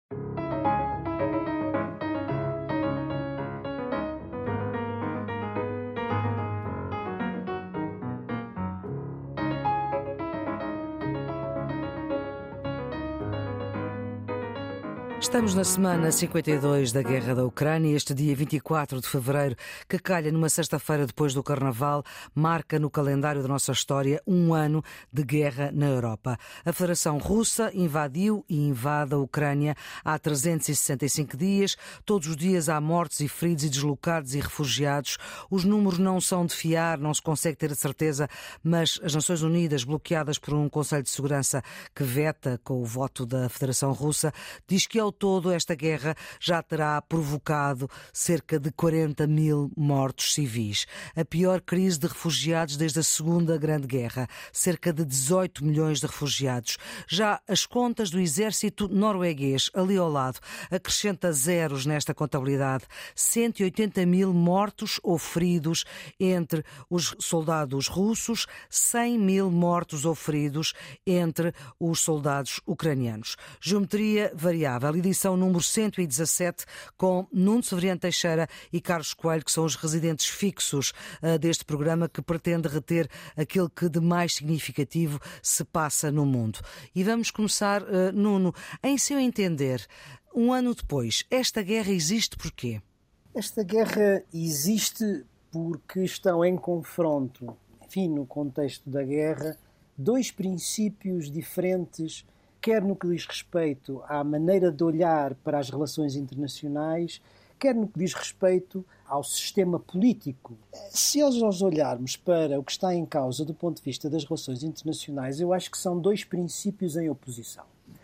Estamos na semana 52 da Guerra da Ucrânia. Este dia 24 de fevereiro, que calha numa sexta-feira depois do Carnaval, marca no calendário da nossa história um ano de guerra na Europa. A Federação Russa invadiu e invade a Ucrânia há 365 dias. Todos os dias há mortos e feridos e deslocados e refugiados. Os números não são de fiar, não se consegue ter a certeza, mas as Nações Unidas, bloqueadas por um Conselho de Segurança que veta com o voto da Federação Russa, diz que ao todo esta guerra já terá provocado cerca de 40 mil mortos civis. A pior crise de refugiados desde a Segunda Grande Guerra. Cerca de 18 milhões de refugiados. Já as contas do exército norueguês, ali ao lado, acrescenta zeros nesta contabilidade. 180 mil mortos ou feridos entre os soldados russos, 100 mil mortos ou feridos entre os soldados ucranianos. Geometria variável. Edição número 117, com Nuno Severiano Teixeira e Carlos Coelho, que são os residentes fixos deste programa, que pretende reter aquilo que de mais significativo se passa no mundo. E vamos começar, Nuno, em seu entender, um ano depois, esta guerra existe porquê? Esta guerra existe porque estão em confronto, enfim, no contexto da guerra, dois princípios diferentes, quer no que diz respeito à maneira de olhar para as relações internacionais, quer no que diz respeito ao sistema político. Se nós olharmos para o que está em causa do ponto de vista das relações internacionais, eu acho que são dois princípios em oposição.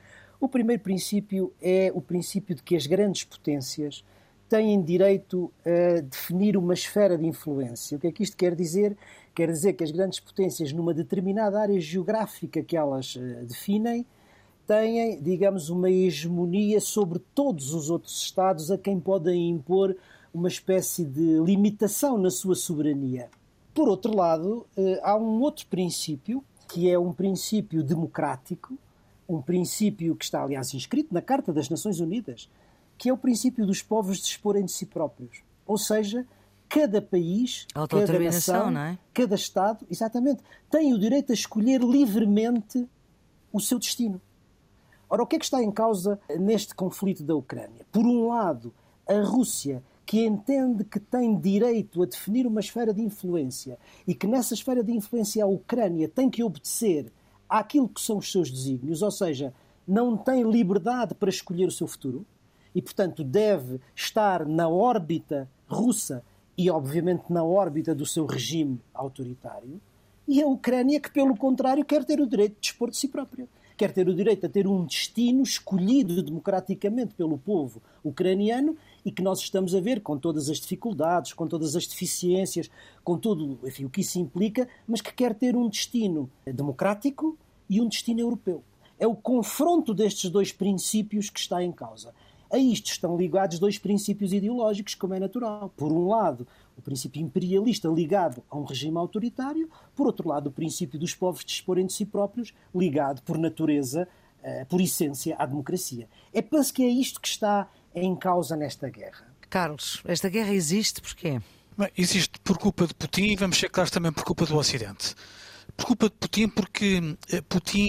O primeiro princípio é o princípio de que as grandes potências têm direito a definir uma esfera de influência. O que é que isto quer dizer? Quer dizer que as grandes potências, numa determinada área geográfica que elas definem, têm, digamos, uma hegemonia sobre todos os outros Estados a quem podem impor uma espécie de limitação na sua soberania. Por outro lado, há um outro princípio, que é um princípio democrático, um princípio que está, aliás, inscrito na Carta das Nações Unidas, que é o princípio dos povos disporem de si próprios. Ou seja, cada país, cada nação, não é? Cada Estado, exatamente, tem o direito a escolher livremente o seu destino. Ora, o que é que está em causa neste conflito da Ucrânia? Por um lado, a Rússia, que entende que tem direito a definir uma esfera de influência e que nessa esfera de influência a Ucrânia tem que obedecer àquilo que são os seus desígnios, ou seja, não tem liberdade para escolher o seu futuro e, portanto, deve estar na órbita russa e, obviamente, na órbita do seu regime autoritário. E a Ucrânia, que, pelo contrário, quer ter o direito de dispor de si própria. Quer ter o direito a ter um destino escolhido democraticamente pelo povo ucraniano e que nós estamos a ver com todas as dificuldades, com todas as deficiências, com tudo, enfim, o que isso implica, mas que quer ter um destino democrático e um destino europeu. É o confronto destes dois princípios que está em causa. A isto estão ligados dois princípios ideológicos, como é natural. Por um lado, o princípio imperialista ligado a um regime autoritário, por outro lado, o princípio dos povos disporem de si próprios, ligado por natureza, por essência, à democracia. Penso que é isto que está em causa nesta guerra. Carlos, esta guerra existe porquê? Bem, existe por culpa de Putin e vamos ser claros também por culpa do Ocidente. Por culpa de Putin, porque Putin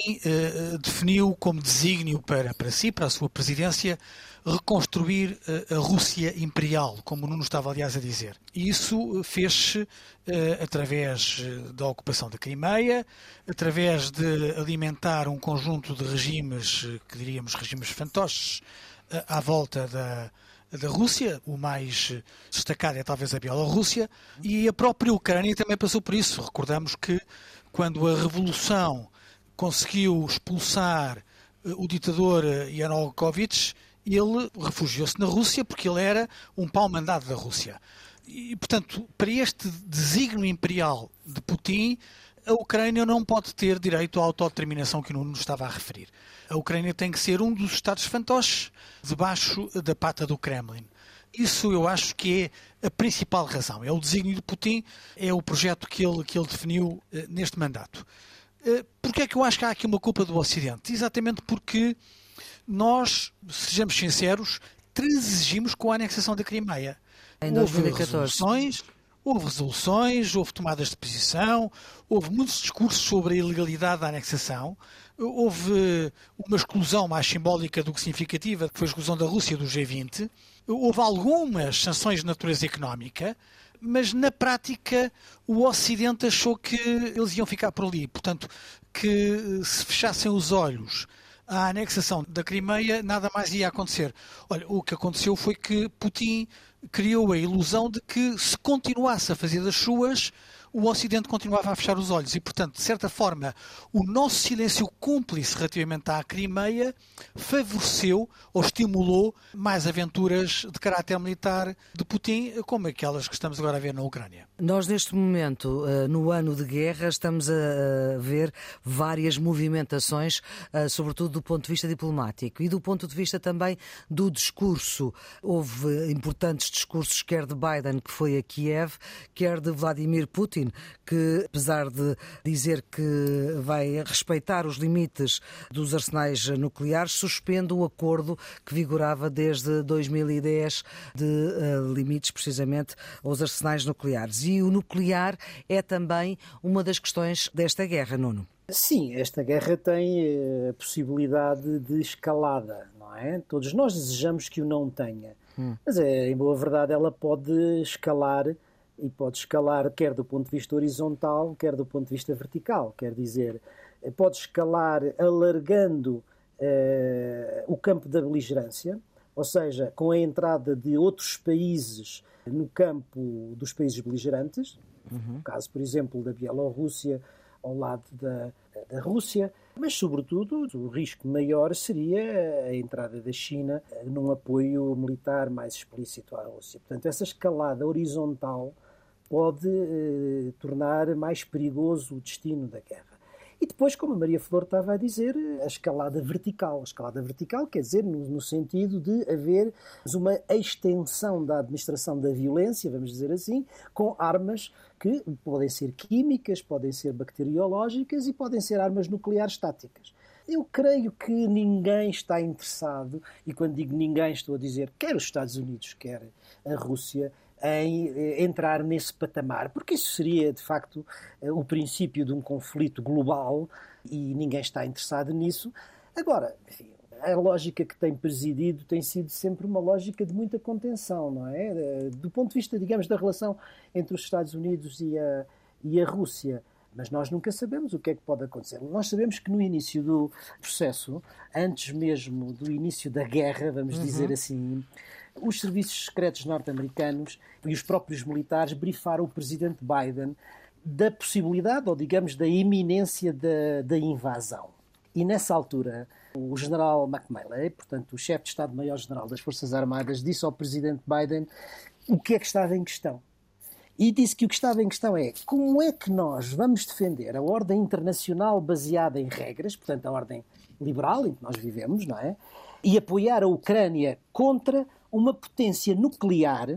definiu como desígnio para si, para a sua presidência, reconstruir a Rússia imperial, como o Nuno estava, aliás, a dizer. E isso fez-se através da ocupação da Crimeia, através de alimentar um conjunto de regimes, que diríamos regimes fantoches, à volta da Rússia. O mais destacado é talvez a Bielorrússia, e a própria Ucrânia também passou por isso. Recordamos que quando a Revolução conseguiu expulsar o ditador Yanukovych, ele refugiou-se na Rússia porque ele era um pau-mandado da Rússia. E, portanto, para este desígnio imperial de Putin, a Ucrânia não pode ter direito à autodeterminação que o Nuno estava a referir. A Ucrânia tem que ser um dos Estados fantoches debaixo da pata do Kremlin. Isso eu acho que é a principal razão. É o desígnio de Putin, é o projeto que ele definiu neste mandato. Porquê é que eu acho que há aqui uma culpa do Ocidente? Exatamente porque nós, sejamos sinceros, transigimos com a anexação da Crimeia. Em 2014. Houve resoluções, houve tomadas de posição, houve muitos discursos sobre a ilegalidade da anexação, houve uma exclusão mais simbólica do que significativa, que foi a exclusão da Rússia do G20, houve algumas sanções de natureza económica, mas na prática o Ocidente achou que eles iam ficar por ali. Portanto, que se fechassem os olhos à anexação da Crimeia, nada mais ia acontecer. Olha, o que aconteceu foi que Putin criou a ilusão de que se continuasse a fazer das suas, o Ocidente continuava a fechar os olhos e, portanto, de certa forma, o nosso silêncio cúmplice relativamente à Crimeia favoreceu ou estimulou mais aventuras de caráter militar de Putin, como aquelas que estamos agora a ver na Ucrânia. Nós, neste momento, no ano de guerra, estamos a ver várias movimentações, sobretudo do ponto de vista diplomático e do ponto de vista também do discurso. Houve importantes discursos, quer de Biden, que foi a Kiev, quer de Vladimir Putin, que, apesar de dizer que vai respeitar os limites dos arsenais nucleares, suspende o acordo que vigorava desde 2010 de limites, precisamente, aos arsenais nucleares. E o nuclear é também uma das questões desta guerra, Nuno. Sim, esta guerra tem a possibilidade de escalada, não é? Todos nós desejamos que o não tenha. Mas, em boa verdade, ela pode escalar, e pode escalar quer do ponto de vista horizontal, quer do ponto de vista vertical. Quer dizer, pode escalar alargando o campo da beligerância, ou seja, com a entrada de outros países no campo dos países beligerantes, no caso, por exemplo, da Bielorrússia ao lado da Rússia, mas, sobretudo, o risco maior seria a entrada da China num apoio militar mais explícito à Rússia. Portanto, essa escalada horizontal pode tornar mais perigoso o destino da guerra. E depois, como a Maria Flor estava a dizer, a escalada vertical. A escalada vertical quer dizer no sentido de haver uma extensão da administração da violência, vamos dizer assim, com armas que podem ser químicas, podem ser bacteriológicas e podem ser armas nucleares táticas. Eu creio que ninguém está interessado, e quando digo ninguém estou a dizer quer os Estados Unidos, quer a Rússia, em entrar nesse patamar, porque isso seria, de facto, o princípio de um conflito global e ninguém está interessado nisso. Agora, enfim, a lógica que tem presidido tem sido sempre uma lógica de muita contenção, não é? Do ponto de vista, digamos, da relação entre os Estados Unidos e a Rússia. Mas nós nunca sabemos o que é que pode acontecer. Nós sabemos que no início do processo, antes mesmo do início da guerra, vamos dizer assim, os serviços secretos norte-americanos e os próprios militares brifaram o presidente Biden da possibilidade, ou digamos, da iminência da invasão. E nessa altura, o general McMillan, portanto, o chefe de Estado-Maior-General das Forças Armadas, disse ao presidente Biden o que é que estava em questão. E disse que o que estava em questão é como é que nós vamos defender a ordem internacional baseada em regras, portanto, a ordem liberal em que nós vivemos, não é? E apoiar a Ucrânia contra uma potência nuclear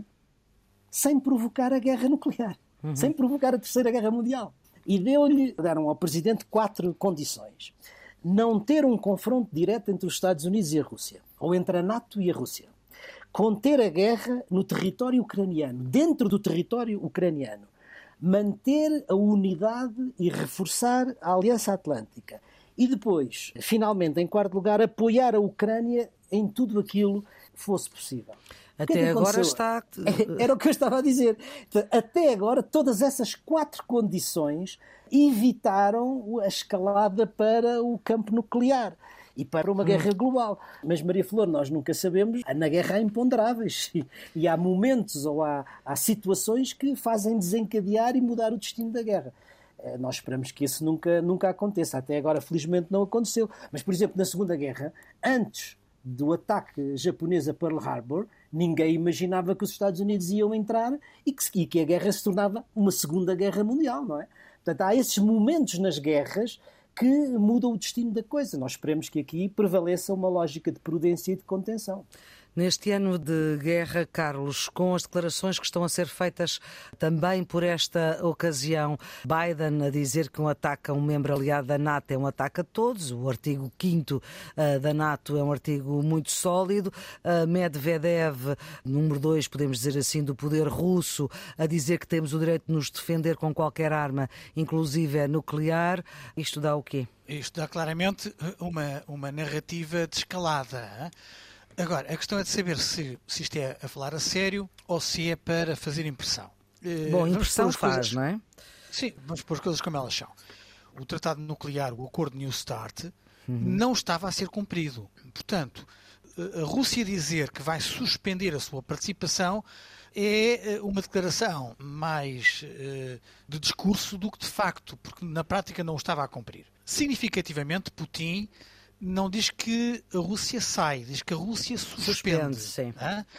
sem provocar a guerra nuclear, sem provocar a Terceira Guerra Mundial. E deram ao presidente 4 condições. Não ter um confronto direto entre os Estados Unidos e a Rússia, ou entre a NATO e a Rússia. Conter a guerra no território ucraniano, dentro do território ucraniano. Manter a unidade e reforçar a Aliança Atlântica. E depois, finalmente, em quarto lugar, apoiar a Ucrânia em tudo aquilo que fosse possível. Até agora está... Era o que eu estava a dizer. Até agora, todas essas 4 condições evitaram a escalada para o campo nuclear e para uma guerra global. Mas, Maria Flor, nós nunca sabemos. Na guerra há imponderáveis e há momentos ou há situações que fazem desencadear e mudar o destino da guerra. Nós esperamos que isso nunca aconteça. Até agora, felizmente, não aconteceu. Mas, por exemplo, na Segunda Guerra, antes do ataque japonês a Pearl Harbor, ninguém imaginava que os Estados Unidos iam entrar e que a guerra se tornava uma Segunda Guerra Mundial, não é? Portanto, há esses momentos nas guerras que mudam o destino da coisa. Nós esperamos que aqui prevaleça uma lógica de prudência e de contenção. Neste ano de guerra, Carlos, com as declarações que estão a ser feitas também por esta ocasião, Biden a dizer que um ataque a um membro aliado da NATO é um ataque a todos, o artigo 5º da NATO é um artigo muito sólido, Medvedev, número 2, podemos dizer assim, do poder russo, a dizer que temos o direito de nos defender com qualquer arma, inclusive nuclear. Isto dá o quê? Isto dá claramente uma narrativa de escalada. Agora, a questão é de saber se isto é a falar a sério ou se é para fazer impressão. Bom, impressão faz, não é? Sim, vamos pôr as coisas como elas são. O tratado nuclear, o acordo New START, não estava a ser cumprido. Portanto, a Rússia dizer que vai suspender a sua participação é uma declaração mais de discurso do que de facto, porque na prática não o estava a cumprir. Significativamente, Putin não diz que a Rússia sai, diz que a Rússia suspende. Sim.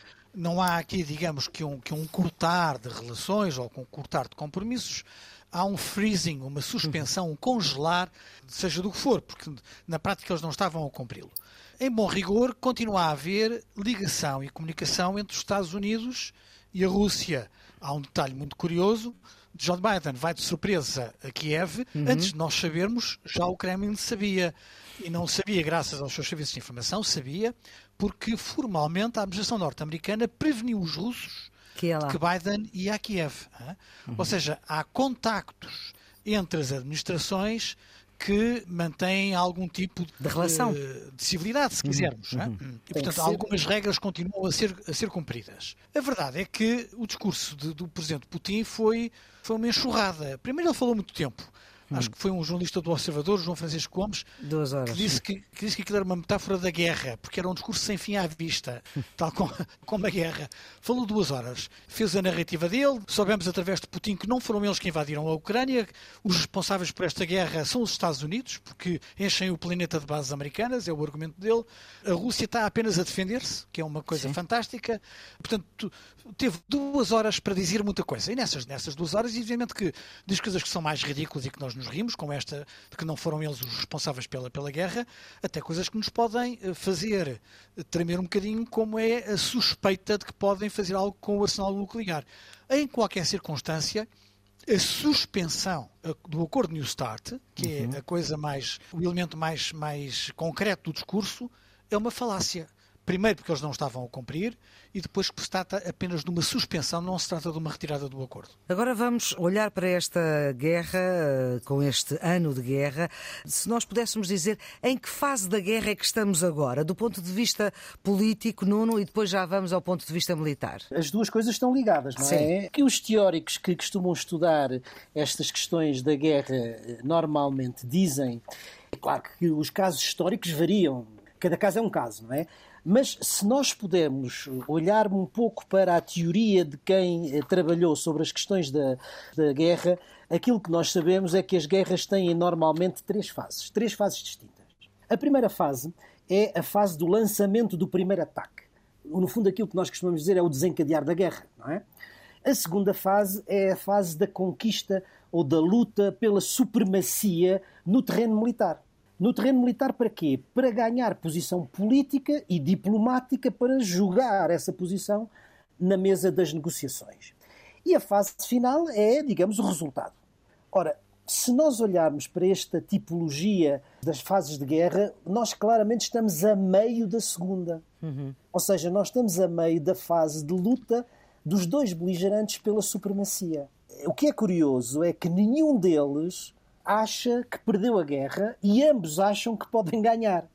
Não há aqui, digamos, que um cortar de relações ou um cortar de compromissos. Há um freezing, uma suspensão, um congelar, seja do que for, porque na prática eles não estavam a cumpri-lo. Em bom rigor, continua a haver ligação e comunicação entre os Estados Unidos e a Rússia. Há um detalhe muito curioso. Joe Biden vai de surpresa a Kiev. Antes de nós sabermos, já o Kremlin sabia. E não sabia graças aos seus serviços de informação, sabia porque formalmente a administração norte-americana preveniu os russos que Biden ia a Kiev. Ou seja, há contactos entre as administrações que mantêm algum tipo de relação, de civilidade, se quisermos. E, portanto, algumas regras continuam a ser cumpridas. A verdade é que o discurso do presidente Putin foi uma enxurrada. Primeiro, ele falou muito tempo. Acho que foi um jornalista do Observador, João Francisco Gomes, 2 horas. que disse que aquilo era uma metáfora da guerra, porque era um discurso sem fim à vista, tal como a guerra. Falou 2 horas, fez a narrativa dele, soubemos através de Putin que não foram eles que invadiram a Ucrânia, os responsáveis por esta guerra são os Estados Unidos, porque enchem o planeta de bases americanas, é o argumento dele. A Rússia está apenas a defender-se, que é uma coisa fantástica. Portanto, teve 2 horas para dizer muita coisa. E nessas 2 horas, evidentemente que diz coisas que são mais ridículas e que nós nos rimos, como esta de que não foram eles os responsáveis pela guerra, até coisas que nos podem fazer tremer um bocadinho, como é a suspeita de que podem fazer algo com o arsenal nuclear. Em qualquer circunstância, a suspensão do acordo New START, que é a coisa o elemento mais concreto do discurso, é uma falácia. Primeiro porque eles não estavam a cumprir e depois que se trata apenas de uma suspensão, não se trata de uma retirada do acordo. Agora vamos olhar para esta guerra, com este ano de guerra. Se nós pudéssemos dizer em que fase da guerra é que estamos agora, do ponto de vista político, Nuno, e depois já vamos ao ponto de vista militar. As duas coisas estão ligadas, não é? Sim. Que os teóricos que costumam estudar estas questões da guerra normalmente dizem, claro que os casos históricos variam, cada caso é um caso, não é? Mas se nós pudermos olhar um pouco para a teoria de quem trabalhou sobre as questões da guerra, aquilo que nós sabemos é que as guerras têm normalmente 3 fases distintas. A primeira fase é a fase do lançamento do primeiro ataque. No fundo, aquilo que nós costumamos dizer é o desencadear da guerra, não é? A segunda fase é a fase da conquista ou da luta pela supremacia no terreno militar. No terreno militar para quê? Para ganhar posição política e diplomática para jogar essa posição na mesa das negociações. E a fase final é, digamos, o resultado. Ora, se nós olharmos para esta tipologia das fases de guerra, nós claramente estamos a meio da segunda. Ou seja, nós estamos a meio da fase de luta dos 2 beligerantes pela supremacia. O que é curioso é que nenhum deles acha que perdeu a guerra e ambos acham que podem ganhar.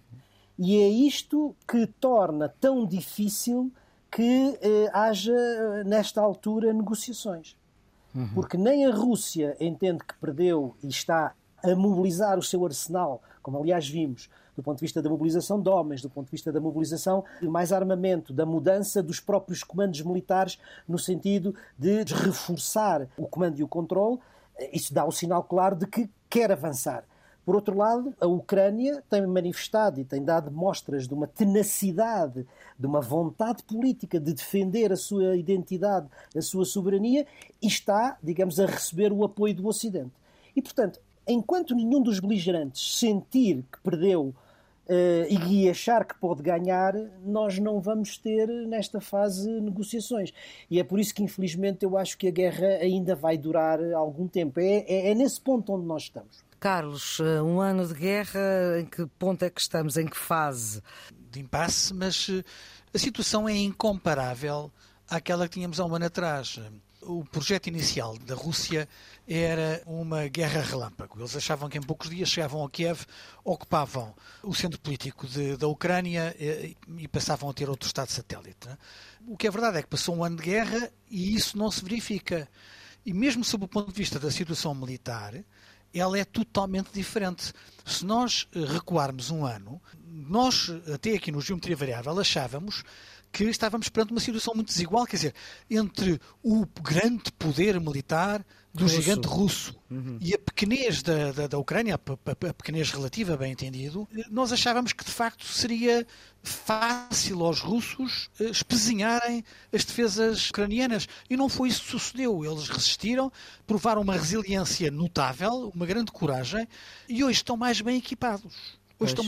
E é isto que torna tão difícil que haja, nesta altura, negociações. Porque nem a Rússia entende que perdeu e está a mobilizar o seu arsenal, como aliás vimos, do ponto de vista da mobilização de homens, do ponto de vista da mobilização de mais armamento, da mudança dos próprios comandos militares no sentido de reforçar o comando e o controle. Isso dá o sinal claro de que quer avançar. Por outro lado, a Ucrânia tem manifestado e tem dado mostras de uma tenacidade, de uma vontade política de defender a sua identidade, a sua soberania, e está, digamos, a receber o apoio do Ocidente. E, portanto, enquanto nenhum dos beligerantes sentir que perdeu e achar que pode ganhar, nós não vamos ter nesta fase negociações. E é por isso que, infelizmente, eu acho que a guerra ainda vai durar algum tempo. É nesse ponto onde nós estamos. Carlos, um ano de guerra, em que ponto é que estamos? Em que fase? De impasse, mas a situação é incomparável àquela que tínhamos há um ano atrás. O projeto inicial da Rússia era uma guerra relâmpago. Eles achavam que em poucos dias chegavam a Kiev, ocupavam o centro político da Ucrânia e passavam a ter outro Estado satélite. O que é verdade é que passou um ano de guerra e isso não se verifica. E mesmo sob o ponto de vista da situação militar, ela é totalmente diferente. Se nós recuarmos um ano, nós, até aqui no Geometria Variável, achávamos que estávamos perante uma situação muito desigual, quer dizer, entre o grande poder militar do gigante russo e a pequenez da Ucrânia, a pequenez relativa, bem entendido, nós achávamos que de facto seria fácil aos russos espezinharem as defesas ucranianas. E não foi isso que sucedeu. Eles resistiram, provaram uma resiliência notável, uma grande coragem, e hoje estão mais bem equipados.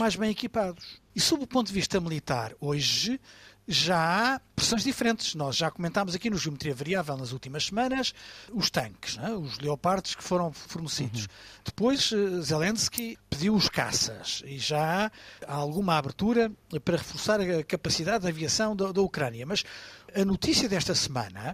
E sob o ponto de vista militar, hoje já há pressões diferentes. Nós já comentámos aqui no Geometria Variável nas últimas semanas os tanques, os leopardos que foram fornecidos. Depois Zelensky pediu os caças e já há alguma abertura para reforçar a capacidade de aviação da Ucrânia. Mas a notícia desta semana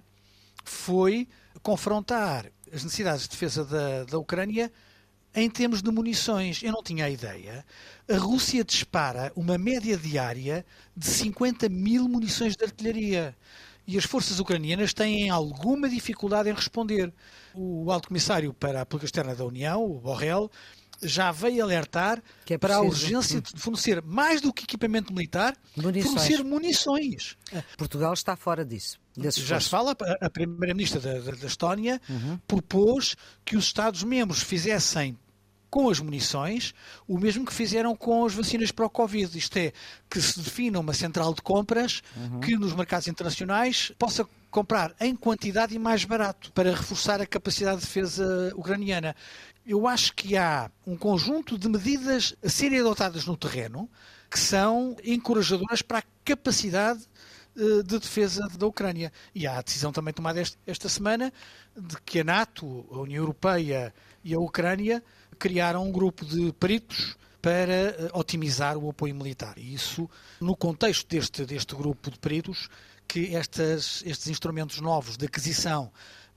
foi confrontar as necessidades de defesa da Ucrânia em termos de munições. Eu não tinha a ideia. A Rússia dispara uma média diária de 50 mil munições de artilharia. E as forças ucranianas têm alguma dificuldade em responder. O Alto Comissário para a Política Externa da União, o Borrell, já veio alertar para a urgência de fornecer, mais do que equipamento militar, fornecer munições. Portugal está fora disso. Já se fala, a Primeira-Ministra da Estónia propôs que os Estados-membros fizessem com as munições o mesmo que fizeram com as vacinas para o Covid. Isto é, que se defina uma central de compras que nos mercados internacionais possa comprar em quantidade e mais barato para reforçar a capacidade de defesa ucraniana. Eu acho que há um conjunto de medidas a serem adotadas no terreno que são encorajadoras para a capacidade de defesa da Ucrânia. E há a decisão também tomada esta semana de que a NATO, a União Europeia e a Ucrânia criaram um grupo de peritos para otimizar o apoio militar. E isso, no contexto deste grupo de peritos, que estes instrumentos novos de aquisição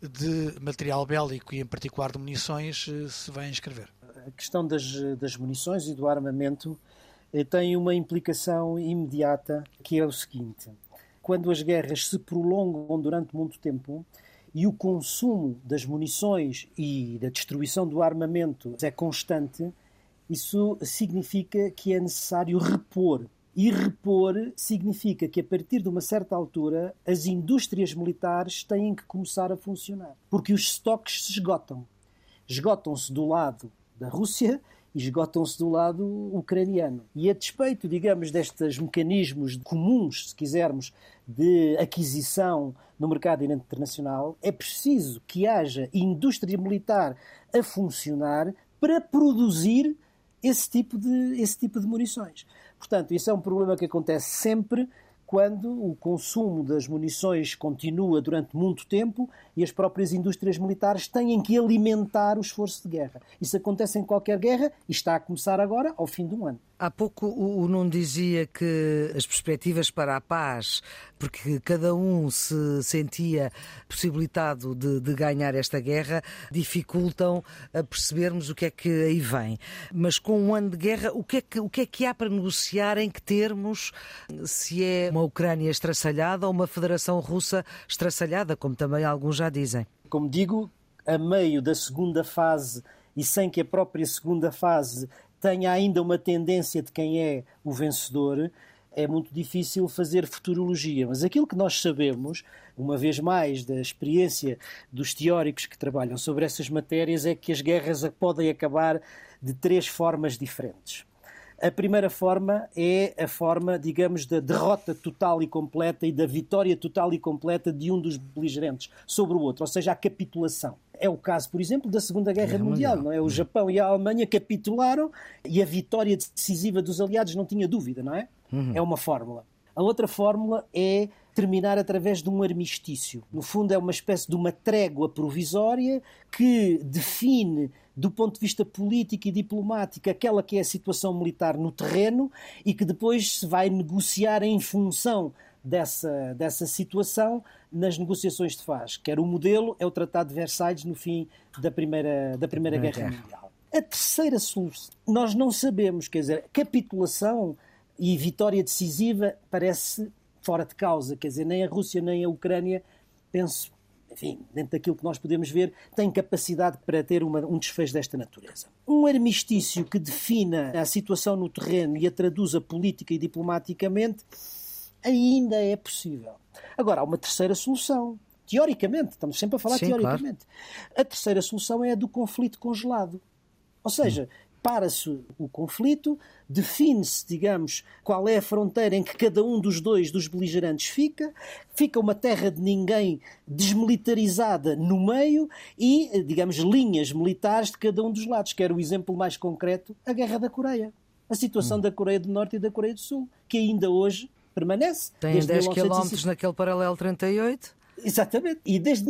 de material bélico e, em particular, de munições, se vai inscrever. A questão das munições e do armamento tem uma implicação imediata, que é o seguinte: quando as guerras se prolongam durante muito tempo e o consumo das munições e da destruição do armamento é constante, isso significa que é necessário repor. E repor significa que, a partir de uma certa altura, as indústrias militares têm que começar a funcionar. Porque os estoques se esgotam. Esgotam-se do lado da Rússia e esgotam-se do lado ucraniano. E a despeito, digamos, destes mecanismos comuns, se quisermos, de aquisição no mercado internacional, é preciso que haja indústria militar a funcionar para produzir esse tipo de munições. Portanto, isso é um problema que acontece sempre quando o consumo das munições continua durante muito tempo e as próprias indústrias militares têm que alimentar o esforço de guerra. Isso acontece em qualquer guerra e está a começar agora, ao fim de um ano. Há pouco o Nuno dizia que as perspectivas para a paz, porque cada um se sentia possibilitado de ganhar esta guerra, dificultam a percebermos o que é que aí vem. Mas com um ano de guerra, o que é que há para negociar, em que termos? Se é uma Ucrânia estraçalhada ou uma Federação Russa estraçalhada, como também alguns já dizem? Como digo, a meio da segunda fase e sem que a própria segunda fase tenha ainda uma tendência de quem é o vencedor, é muito difícil fazer futurologia. Mas aquilo que nós sabemos, uma vez mais, da experiência dos teóricos que trabalham sobre essas matérias, é que as guerras podem acabar de 3 formas diferentes. A primeira forma é a forma, digamos, da derrota total e completa e da vitória total e completa de um dos beligerantes sobre o outro, ou seja, a capitulação. É o caso, por exemplo, da Segunda Guerra Mundial. Não é? O Japão e a Alemanha capitularam e a vitória decisiva dos aliados não tinha dúvida, não é? É uma fórmula. A outra fórmula é terminar através de um armistício. No fundo, é uma espécie de uma trégua provisória que define, do ponto de vista político e diplomático, aquela que é a situação militar no terreno e que depois se vai negociar em função dessa situação nas negociações de paz. Quer o modelo é o Tratado de Versalhes no fim da Primeira Guerra Mundial. A terceira solução, nós não sabemos, quer dizer, capitulação e vitória decisiva parece fora de causa, quer dizer, nem a Rússia nem a Ucrânia, penso, enfim, dentro daquilo que nós podemos ver, têm capacidade para ter um desfecho desta natureza. Um armistício que defina a situação no terreno e a traduza política e diplomaticamente ainda é possível. Agora, há uma terceira solução. Teoricamente, estamos sempre a falar teoricamente. Claro. A terceira solução é a do conflito congelado. Ou seja, para-se o conflito, define-se, digamos, qual é a fronteira em que cada um dos beligerantes fica uma terra de ninguém desmilitarizada no meio e, digamos, linhas militares de cada um dos lados. Quero o exemplo mais concreto, a Guerra da Coreia. A situação da Coreia do Norte e da Coreia do Sul, que ainda hoje permanece. Tem 10 quilómetros naquele paralelo 38. Exatamente. E desde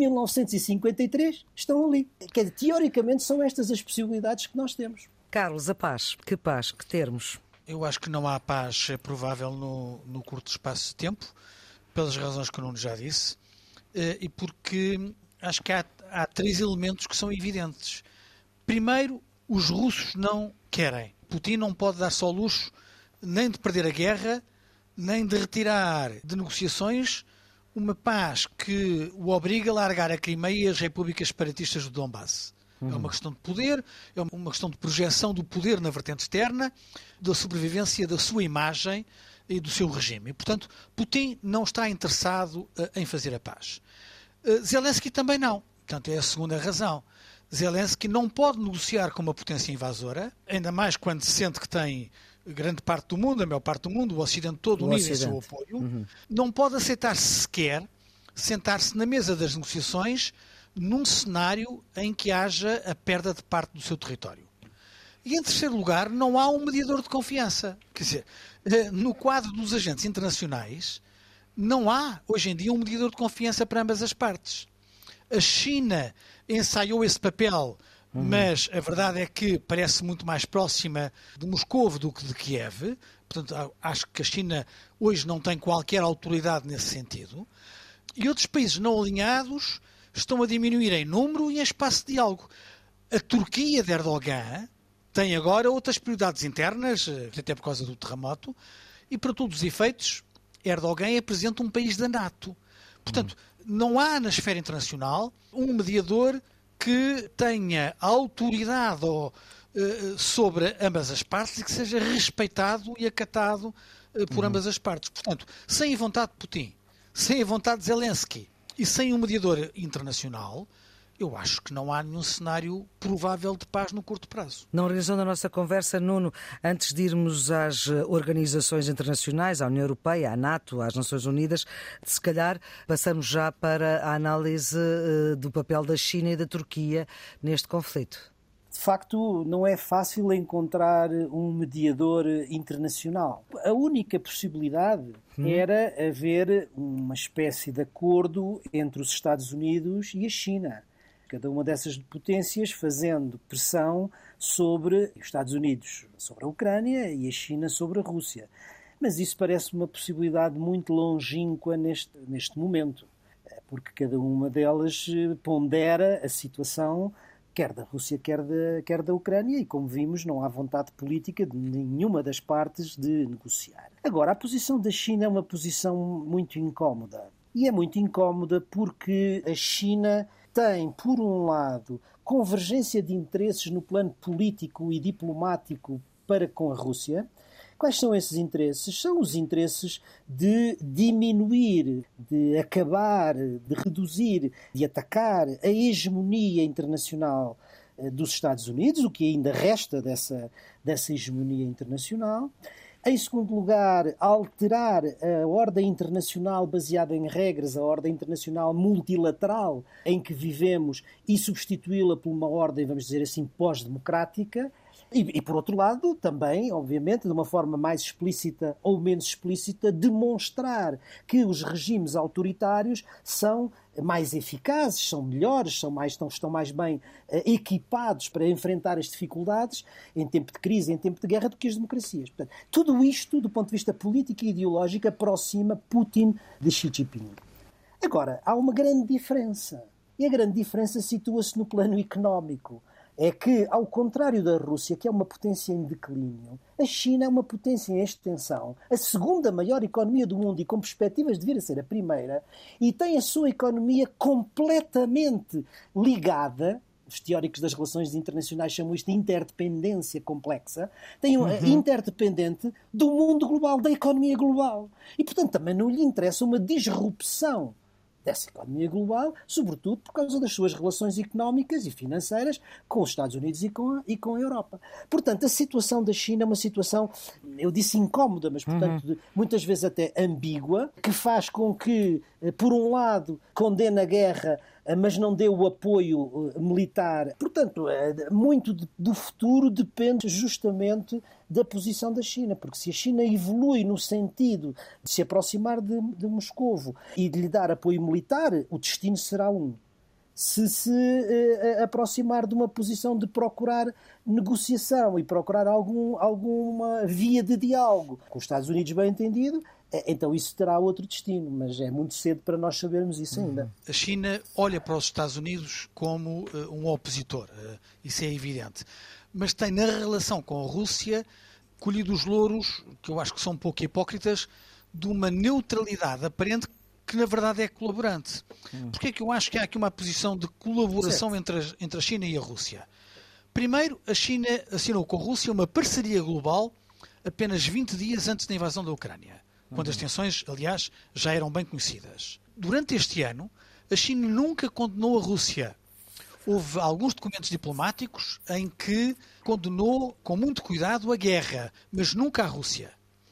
1953 estão ali. Quer dizer, teoricamente são estas as possibilidades que nós temos. Carlos, a paz, que termos? Eu acho que não há paz provável no curto espaço de tempo, pelas razões que o Nuno já disse, e porque acho que há 3 elementos que são evidentes. Primeiro, os russos não querem. Putin não pode dar só luxo nem de perder a guerra, nem de retirar de negociações uma paz que o obriga a largar a Crimeia e as repúblicas separatistas do Donbass. É uma questão de poder, é uma questão de projeção do poder na vertente externa, da sobrevivência da sua imagem e do seu regime. E, portanto, Putin não está interessado em fazer a paz. Zelensky também não. Portanto, é a segunda razão. Zelensky não pode negociar com uma potência invasora, ainda mais quando se sente que tem grande parte do mundo, a maior parte do mundo, o Ocidente todo unido em seu apoio. Não pode aceitar sequer sentar-se na mesa das negociações num cenário em que haja a perda de parte do seu território. E, em terceiro lugar, não há um mediador de confiança. Quer dizer, no quadro dos agentes internacionais, não há, hoje em dia, um mediador de confiança para ambas as partes. A China ensaiou esse papel, mas a verdade é que parece muito mais próxima de Moscovo do que de Kiev. Portanto, acho que a China hoje não tem qualquer autoridade nesse sentido. E outros países não alinhados estão a diminuir em número e em espaço de diálogo. A Turquia de Erdogan tem agora outras prioridades internas, até por causa do terremoto, e para todos os efeitos, Erdogan é presidente de um país da NATO. Portanto, não há na esfera internacional um mediador que tenha autoridade sobre ambas as partes e que seja respeitado e acatado por ambas as partes. Portanto, sem a vontade de Putin, sem a vontade de Zelensky e sem um mediador internacional, eu acho que não há nenhum cenário provável de paz no curto prazo. Na organização da nossa conversa, Nuno, antes de irmos às organizações internacionais, à União Europeia, à NATO, às Nações Unidas, se calhar passamos já para a análise do papel da China e da Turquia neste conflito. De facto, não é fácil encontrar um mediador internacional. A única possibilidade era haver uma espécie de acordo entre os Estados Unidos e a China. Cada uma dessas potências fazendo pressão sobre os Estados Unidos, sobre a Ucrânia, e a China sobre a Rússia. Mas isso parece uma possibilidade muito longínqua neste momento, porque cada uma delas pondera a situação quer da Rússia, quer da Ucrânia, e como vimos, não há vontade política de nenhuma das partes de negociar. Agora, a posição da China é uma posição muito incómoda. E é muito incómoda porque a China tem, por um lado, convergência de interesses no plano político e diplomático para com a Rússia. Quais são esses interesses? São os interesses de diminuir, de acabar, de reduzir, de atacar a hegemonia internacional dos Estados Unidos, o que ainda resta dessa hegemonia internacional, Em segundo lugar, alterar a ordem internacional baseada em regras, a ordem internacional multilateral em que vivemos e substituí-la por uma ordem, vamos dizer assim, pós-democrática. E, por outro lado, também, obviamente, de uma forma mais explícita ou menos explícita, demonstrar que os regimes autoritários são mais eficazes, são melhores, estão mais bem equipados para enfrentar as dificuldades em tempo de crise, em tempo de guerra, do que as democracias. Portanto, tudo isto, do ponto de vista político e ideológico, aproxima Putin de Xi Jinping. Agora, há uma grande diferença. E a grande diferença situa-se no plano económico. É que, ao contrário da Rússia, que é uma potência em declínio, a China é uma potência em extensão, a segunda maior economia do mundo e com perspectivas de vir a ser a primeira, e tem a sua economia completamente ligada. Os teóricos das relações internacionais chamam isto de interdependência complexa, tem uma interdependente do mundo global, da economia global. E, portanto, também não lhe interessa uma disrupção dessa economia global, sobretudo por causa das suas relações económicas e financeiras com os Estados Unidos e com a Europa. Portanto, a situação da China é uma situação, eu disse incómoda, mas, portanto, muitas vezes até ambígua, que faz com que, por um lado, condene a guerra, mas não dê o apoio militar. Portanto, muito do futuro depende justamente da posição da China, porque se a China evolui no sentido de se aproximar de Moscovo e de lhe dar apoio militar, o destino será um. Se aproximar de uma posição de procurar negociação e procurar alguma via de diálogo com os Estados Unidos, bem entendido, então isso terá outro destino, mas é muito cedo para nós sabermos isso ainda. A China olha para os Estados Unidos como um opositor, isso é evidente, mas tem na relação com a Rússia colhido os louros, que eu acho que são um pouco hipócritas, de uma neutralidade aparente que na verdade é colaborante. Porque é que eu acho que há aqui uma posição de colaboração entre a China e a Rússia? Primeiro, a China assinou com a Rússia uma parceria global apenas 20 dias antes da invasão da Ucrânia, quando as tensões, aliás, já eram bem conhecidas. Durante este ano, a China nunca condenou a Rússia. Houve alguns documentos diplomáticos em que condenou com muito cuidado a guerra, mas nunca a Rússia.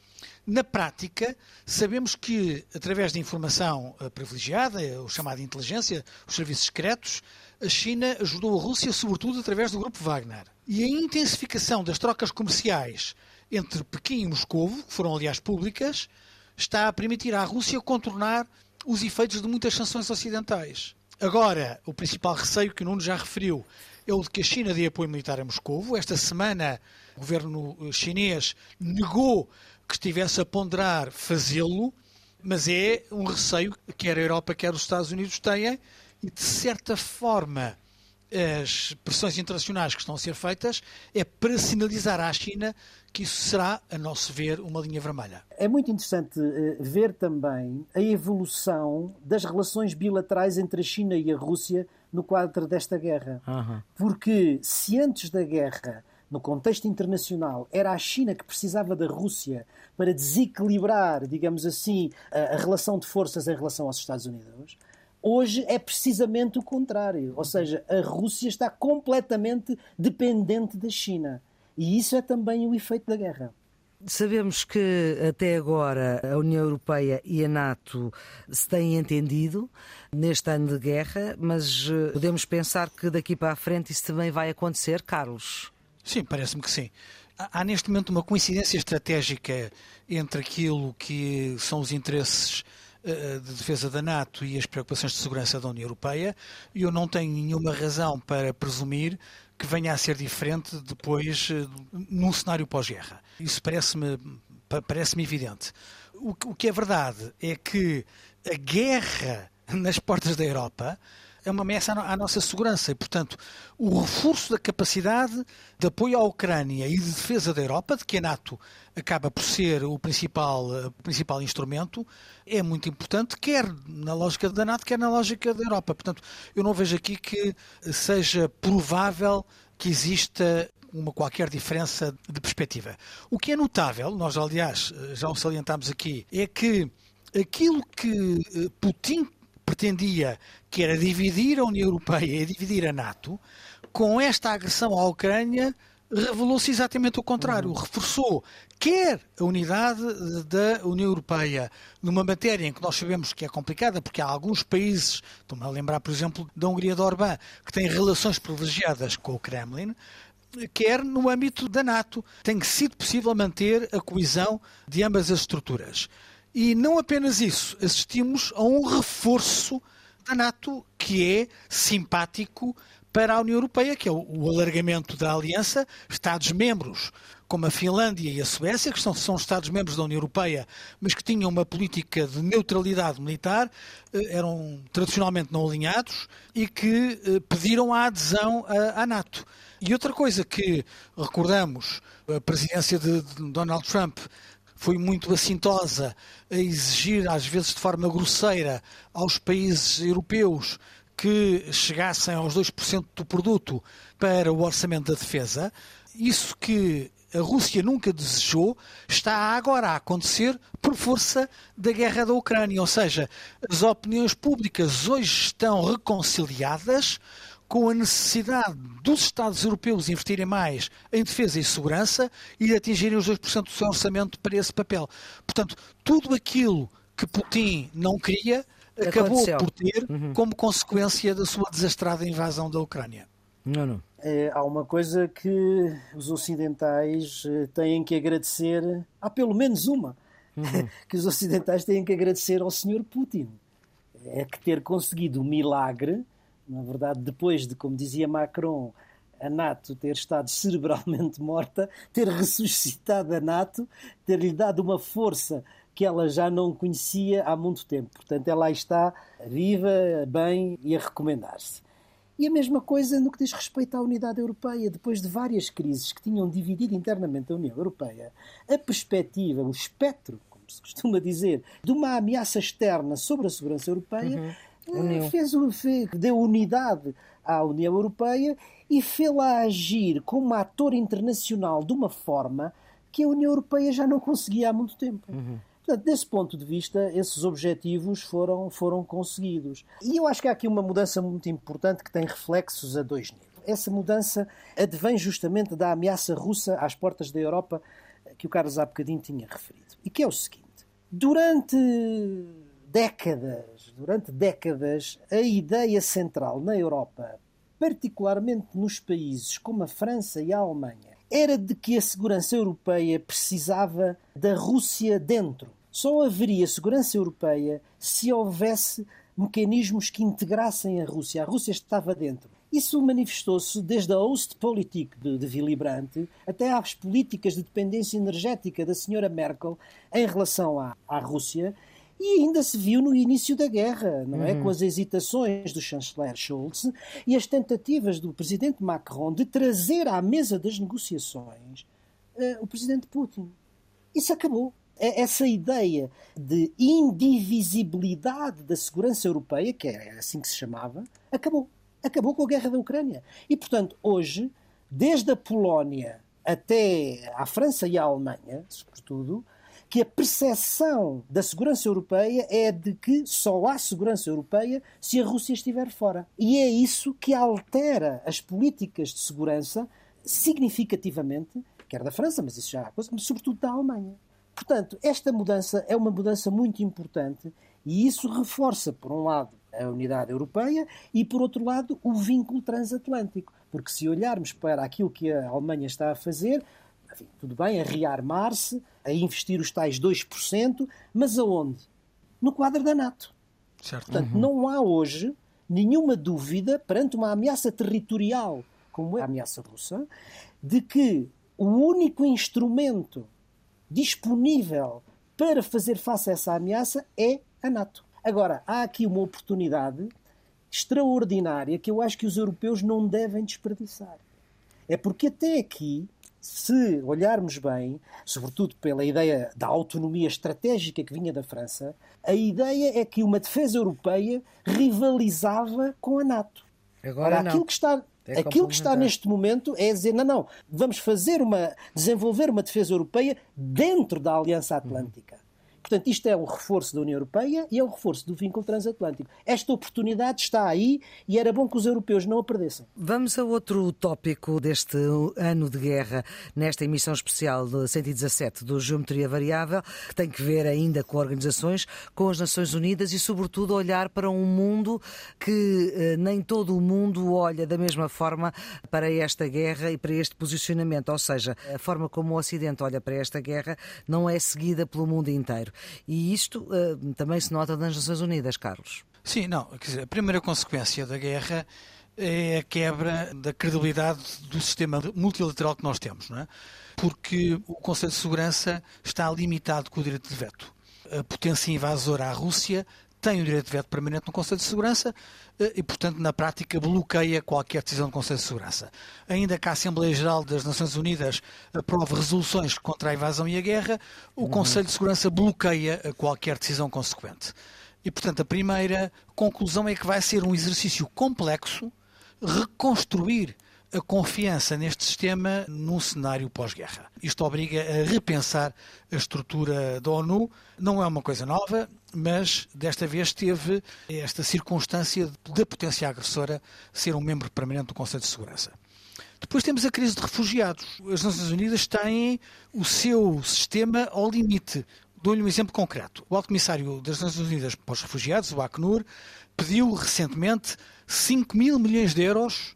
Na prática, sabemos que, através de informação privilegiada, o chamado inteligência, os serviços secretos, a China ajudou a Rússia, sobretudo através do grupo Wagner. E a intensificação das trocas comerciais entre Pequim e Moscovo, que foram, aliás, públicas, está a permitir à Rússia contornar os efeitos de muitas sanções ocidentais. Agora, o principal receio que o Nuno já referiu é o de que a China dê apoio militar a Moscovo. Esta semana, o governo chinês negou que estivesse a ponderar fazê-lo, mas é um receio que quer a Europa, quer os Estados Unidos têm, e de certa forma as pressões internacionais que estão a ser feitas é para sinalizar à China que isso será, a nosso ver, uma linha vermelha. É muito interessante ver também a evolução das relações bilaterais entre a China e a Rússia no quadro desta guerra. Porque se antes da guerra, no contexto internacional, era a China que precisava da Rússia para desequilibrar, digamos assim, a relação de forças em relação aos Estados Unidos, hoje é precisamente o contrário. Ou seja, a Rússia está completamente dependente da China. E isso é também o efeito da guerra. Sabemos que até agora a União Europeia e a NATO se têm entendido neste ano de guerra, mas podemos pensar que daqui para a frente isso também vai acontecer, Carlos? Sim, parece-me que sim. Há neste momento uma coincidência estratégica entre aquilo que são os interesses de defesa da NATO e as preocupações de segurança da União Europeia, e eu não tenho nenhuma razão para presumir que venha a ser diferente depois num cenário pós-guerra. Isso parece-me evidente. O que é verdade é que a guerra nas portas da Europa é uma ameaça à nossa segurança e, portanto, o reforço da capacidade de apoio à Ucrânia e de defesa da Europa, de que a NATO acaba por ser o principal instrumento, é muito importante, quer na lógica da NATO, quer na lógica da Europa. Portanto, eu não vejo aqui que seja provável que exista qualquer diferença de perspectiva. O que é notável, nós aliás já o salientámos aqui, é que aquilo que Putin pretendia, que era dividir a União Europeia e dividir a NATO, com esta agressão à Ucrânia revelou-se exatamente o contrário. Reforçou quer a unidade da União Europeia numa matéria em que nós sabemos que é complicada, porque há alguns países, estou-me a lembrar, por exemplo, da Hungria de Orbán, que têm relações privilegiadas com o Kremlin, quer no âmbito da NATO. Tem sido possível manter a coesão de ambas as estruturas. E não apenas isso, assistimos a um reforço da NATO que é simpático para a União Europeia, que é o alargamento da aliança. Estados-membros como a Finlândia e a Suécia, que são Estados-membros da União Europeia, mas que tinham uma política de neutralidade militar, eram tradicionalmente não alinhados e que pediram a adesão à NATO. E outra coisa que recordamos, a presidência de Donald Trump foi muito assintosa a exigir, às vezes de forma grosseira, aos países europeus que chegassem aos 2% do produto para o orçamento da defesa. Isso que a Rússia nunca desejou está agora a acontecer por força da guerra da Ucrânia. Ou seja, as opiniões públicas hoje estão reconciliadas com a necessidade dos Estados europeus investirem mais em defesa e segurança e atingirem os 2% do seu orçamento para esse papel. Portanto, tudo aquilo que Putin não queria acabou por ter como consequência da sua desastrada invasão da Ucrânia. Não. Há uma coisa que os ocidentais têm que agradecer, há pelo menos uma, que os ocidentais têm que agradecer ao Sr. Putin. É que ter conseguido o milagre, na verdade, depois de, como dizia Macron, a NATO ter estado cerebralmente morta, ter ressuscitado a NATO, ter-lhe dado uma força que ela já não conhecia há muito tempo. Portanto, ela está viva, bem e a recomendar-se. E a mesma coisa no que diz respeito à unidade europeia. Depois de várias crises que tinham dividido internamente a União Europeia, a perspectiva, o espectro, como se costuma dizer, de uma ameaça externa sobre a segurança europeia, deu unidade à União Europeia e fê-la agir como ator internacional de uma forma que a União Europeia já não conseguia há muito tempo. Portanto, desse ponto de vista, esses objetivos foram conseguidos. E eu acho que há aqui uma mudança muito importante que tem reflexos a dois níveis. Essa mudança advém justamente da ameaça russa às portas da Europa que o Carlos há bocadinho tinha referido. E que é o seguinte: durante décadas, a ideia central na Europa, particularmente nos países como a França e a Alemanha, era de que a segurança europeia precisava da Rússia dentro. Só haveria segurança europeia se houvesse mecanismos que integrassem a Rússia. A Rússia estava dentro. Isso manifestou-se desde a Ostpolitik de Willy Brandt até às políticas de dependência energética da senhora Merkel em relação à Rússia. E ainda se viu no início da guerra, não é? Com as hesitações do chanceler Scholz e as tentativas do presidente Macron de trazer à mesa das negociações o presidente Putin. Isso acabou. Essa ideia de indivisibilidade da segurança europeia, que é assim que se chamava, acabou. Acabou com a guerra da Ucrânia. E, portanto, hoje, desde a Polónia até à França e à Alemanha, sobretudo, que a percepção da segurança europeia é de que só há segurança europeia se a Rússia estiver fora. E é isso que altera as políticas de segurança significativamente, quer da França, mas isso já é coisa, mas sobretudo da Alemanha. Portanto, esta mudança é uma mudança muito importante e isso reforça, por um lado, a unidade europeia e, por outro lado, o vínculo transatlântico. Porque se olharmos para aquilo que a Alemanha está a fazer, enfim, tudo bem, a rearmar-se, a investir os tais 2%, mas aonde? No quadro da NATO. Certo. Portanto, não há hoje nenhuma dúvida, perante uma ameaça territorial como é a ameaça russa, de que o único instrumento disponível para fazer face a essa ameaça é a NATO. Agora, há aqui uma oportunidade extraordinária que eu acho que os europeus não devem desperdiçar. É porque até aqui, se olharmos bem, sobretudo pela ideia da autonomia estratégica que vinha da França, a ideia é que uma defesa europeia rivalizava com a NATO. Agora não. Aquilo que está neste momento é dizer, não, vamos desenvolver uma defesa europeia dentro da Aliança Atlântica. Portanto, isto é um reforço da União Europeia e é um reforço do vínculo transatlântico. Esta oportunidade está aí e era bom que os europeus não a perdessem. Vamos a outro tópico deste ano de guerra, nesta emissão especial de 117 do Geometria Variável, que tem que ver ainda com organizações, com as Nações Unidas e, sobretudo, olhar para um mundo que nem todo o mundo olha da mesma forma para esta guerra e para este posicionamento. Ou seja, a forma como o Ocidente olha para esta guerra não é seguida pelo mundo inteiro. E isto também se nota nas Nações Unidas, Carlos. Sim, não. Quer dizer, a primeira consequência da guerra é a quebra da credibilidade do sistema multilateral que nós temos, não é? Porque o Conselho de Segurança está limitado com o direito de veto. A potência invasora, a Rússia, tem o direito de veto permanente no Conselho de Segurança e, portanto, na prática, bloqueia qualquer decisão do Conselho de Segurança. Ainda que a Assembleia Geral das Nações Unidas aprove resoluções contra a invasão e a guerra, o Conselho de Segurança bloqueia qualquer decisão consequente. E, portanto, a primeira conclusão é que vai ser um exercício complexo reconstruir a confiança neste sistema num cenário pós-guerra. Isto obriga a repensar a estrutura da ONU. Não é uma coisa nova, mas desta vez teve esta circunstância da potência agressora ser um membro permanente do Conselho de Segurança. Depois temos a crise de refugiados. As Nações Unidas têm o seu sistema ao limite. Dou-lhe um exemplo concreto. O Alto Comissário das Nações Unidas para os Refugiados, o Acnur, pediu recentemente 5 mil milhões de euros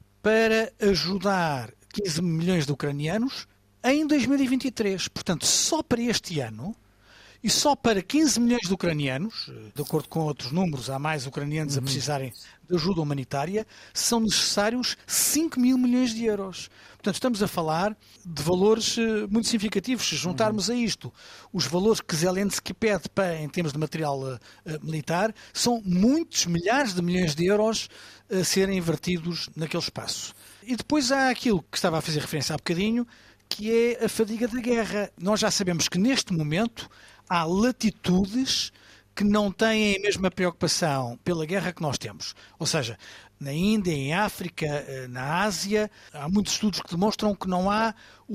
para ajudar 15 milhões de ucranianos em 2023. Portanto, só para este ano e só para 15 milhões de ucranianos, de acordo com outros números, há mais ucranianos a precisarem de ajuda humanitária, são necessários 5 mil milhões de euros. Portanto, estamos a falar de valores muito significativos. Se juntarmos a isto os valores que Zelensky pede em termos de material militar, são muitos milhares de milhões de euros a serem invertidos naquele espaço. E depois há aquilo que estava a fazer referência há bocadinho, que é a fadiga da guerra. Nós já sabemos que neste momento há latitudes que não têm a mesma preocupação pela guerra que nós temos. Ou seja, na Índia, em África, na Ásia, há muitos estudos que demonstram que não há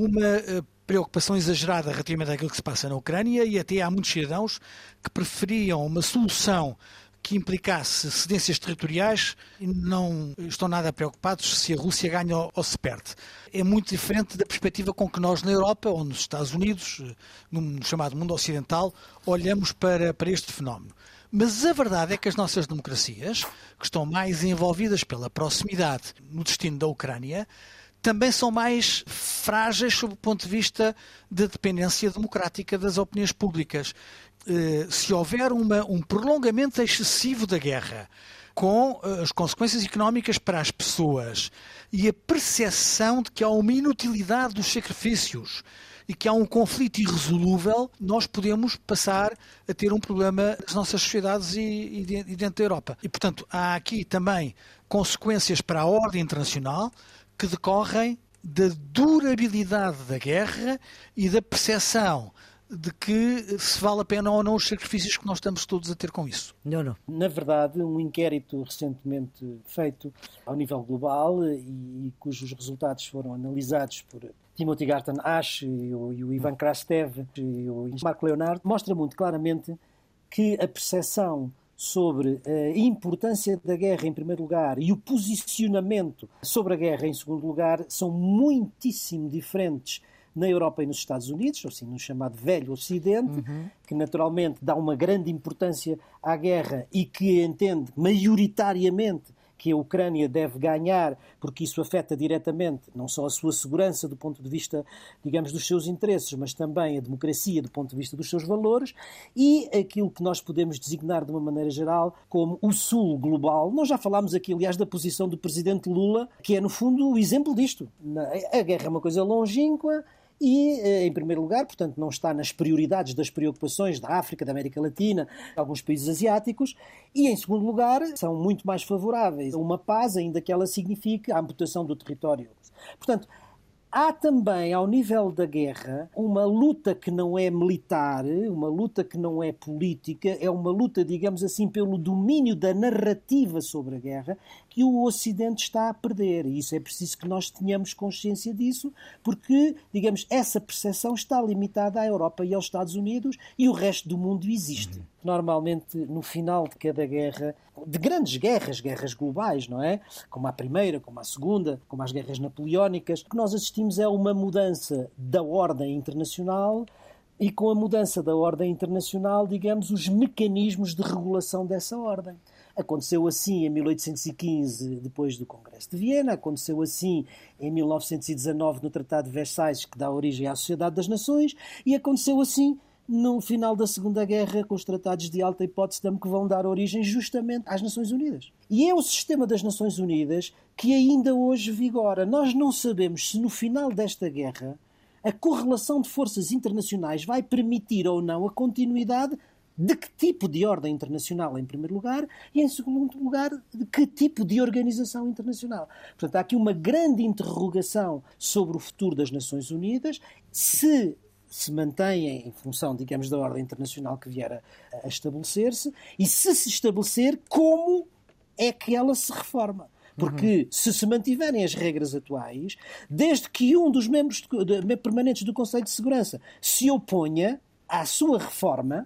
uma preocupação exagerada relativamente àquilo que se passa na Ucrânia e até há muitos cidadãos que preferiam uma solução que implicasse cedências territoriais e não estão nada preocupados se a Rússia ganha ou se perde. É muito diferente da perspectiva com que nós na Europa ou nos Estados Unidos, no chamado mundo ocidental, olhamos para este fenómeno. Mas a verdade é que as nossas democracias, que estão mais envolvidas pela proximidade no destino da Ucrânia, também são mais frágeis sob o ponto de vista da dependência democrática das opiniões públicas. Se houver um prolongamento excessivo da guerra, com as consequências económicas para as pessoas e a percepção de que há uma inutilidade dos sacrifícios e que há um conflito irresolúvel, nós podemos passar a ter um problema nas nossas sociedades e dentro da Europa. E, portanto, há aqui também consequências para a ordem internacional que decorrem da durabilidade da guerra e da percepção de que se vale a pena ou não os sacrifícios que nós estamos todos a ter com isso. Não. Na verdade, um inquérito recentemente feito ao nível global e cujos resultados foram analisados por Timothy Garton Ash e o Ivan Krastev e o Marco Leonardo, mostra muito claramente que a percepção sobre a importância da guerra em primeiro lugar e o posicionamento sobre a guerra em segundo lugar são muitíssimo diferentes na Europa e nos Estados Unidos, assim, no chamado Velho Ocidente, que naturalmente dá uma grande importância à guerra e que entende maioritariamente que a Ucrânia deve ganhar, porque isso afeta diretamente não só a sua segurança do ponto de vista, digamos, dos seus interesses, mas também a democracia do ponto de vista dos seus valores e aquilo que nós podemos designar de uma maneira geral como o Sul global. Nós já falámos aqui, aliás, da posição do presidente Lula, que é, no fundo, o exemplo disto. A guerra é uma coisa longínqua e, em primeiro lugar, portanto, não está nas prioridades das preocupações da África, da América Latina, de alguns países asiáticos, e, em segundo lugar, são muito mais favoráveis a uma paz, ainda que ela signifique a amputação do território. Portanto, Há também, ao nível da guerra, uma luta que não é militar, uma luta que não é política, é uma luta, digamos assim, pelo domínio da narrativa sobre a guerra, que o Ocidente está a perder. E isso é preciso que nós tenhamos consciência disso, porque, digamos, essa percepção está limitada à Europa e aos Estados Unidos, e o resto do mundo existe. Normalmente, no final de cada guerra, de grandes guerras, guerras globais, não é? Como a Primeira, como a Segunda, como as guerras napoleónicas, o que nós assistimos é uma mudança da ordem internacional e, com a mudança da ordem internacional, digamos, os mecanismos de regulação dessa ordem. Aconteceu assim em 1815, depois do Congresso de Viena, aconteceu assim em 1919 no Tratado de Versalhes, que dá origem à Sociedade das Nações, e aconteceu assim no final da Segunda Guerra, com os tratados de Alta e Potsdam, que vão dar origem justamente às Nações Unidas. E é o sistema das Nações Unidas que ainda hoje vigora. Nós não sabemos se no final desta guerra a correlação de forças internacionais vai permitir ou não a continuidade de que tipo de ordem internacional, em primeiro lugar, e, em segundo lugar, de que tipo de organização internacional. Portanto, há aqui uma grande interrogação sobre o futuro das Nações Unidas, se mantêm em função, digamos, da ordem internacional que vier a estabelecer-se, e se estabelecer, como é que ela se reforma. Porque se mantiverem as regras atuais, desde que um dos membros permanentes do Conselho de Segurança se oponha à sua reforma,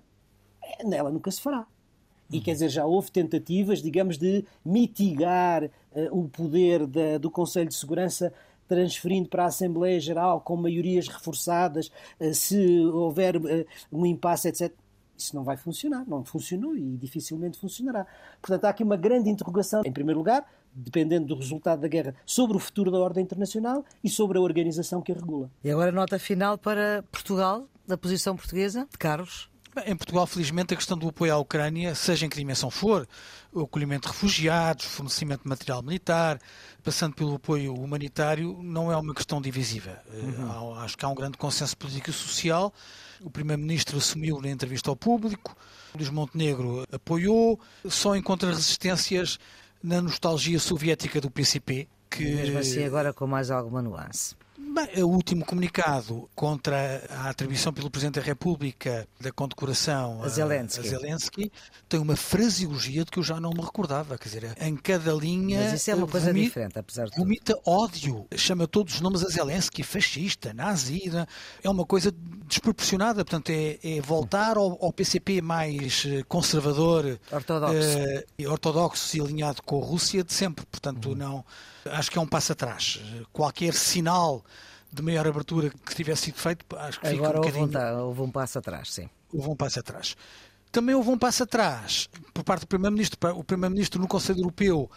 ela nunca se fará. E quer dizer, já houve tentativas, digamos, de mitigar o poder do Conselho de Segurança, transferindo para a Assembleia Geral com maiorias reforçadas, se houver um impasse, etc. Isso não vai funcionar, não funcionou e dificilmente funcionará. Portanto, há aqui uma grande interrogação, em primeiro lugar, dependendo do resultado da guerra, sobre o futuro da ordem internacional e sobre a organização que a regula. E agora nota final para Portugal, da posição portuguesa, de Carlos. Em Portugal, felizmente, a questão do apoio à Ucrânia, seja em que dimensão for, o acolhimento de refugiados, fornecimento de material militar, passando pelo apoio humanitário, não é uma questão divisiva. Acho que há um grande consenso político e social. O Primeiro-Ministro assumiu na entrevista ao Público, Luís Montenegro apoiou, só encontra resistências na nostalgia soviética do PCP. Que... Mesmo assim agora com mais alguma nuance. Bem, o último comunicado contra a atribuição pelo Presidente da República da condecoração a Zelensky tem uma fraseologia de que eu já não me recordava. Quer dizer, em cada linha... Mas isso é uma coisa diferente, apesar de tudo. Vomita ódio, chama todos os nomes a Zelensky, fascista, nazi, é uma coisa desproporcionada. Portanto, é voltar ao PCP mais conservador, ortodoxo e alinhado com a Rússia de sempre. Portanto, não... Acho que é um passo atrás. Qualquer sinal de maior abertura que tivesse sido feito, acho que agora fica um bocadinho... houve um passo atrás, sim. Houve um passo atrás. Também houve um passo atrás por parte do Primeiro-Ministro. O Primeiro-Ministro no Conselho Europeu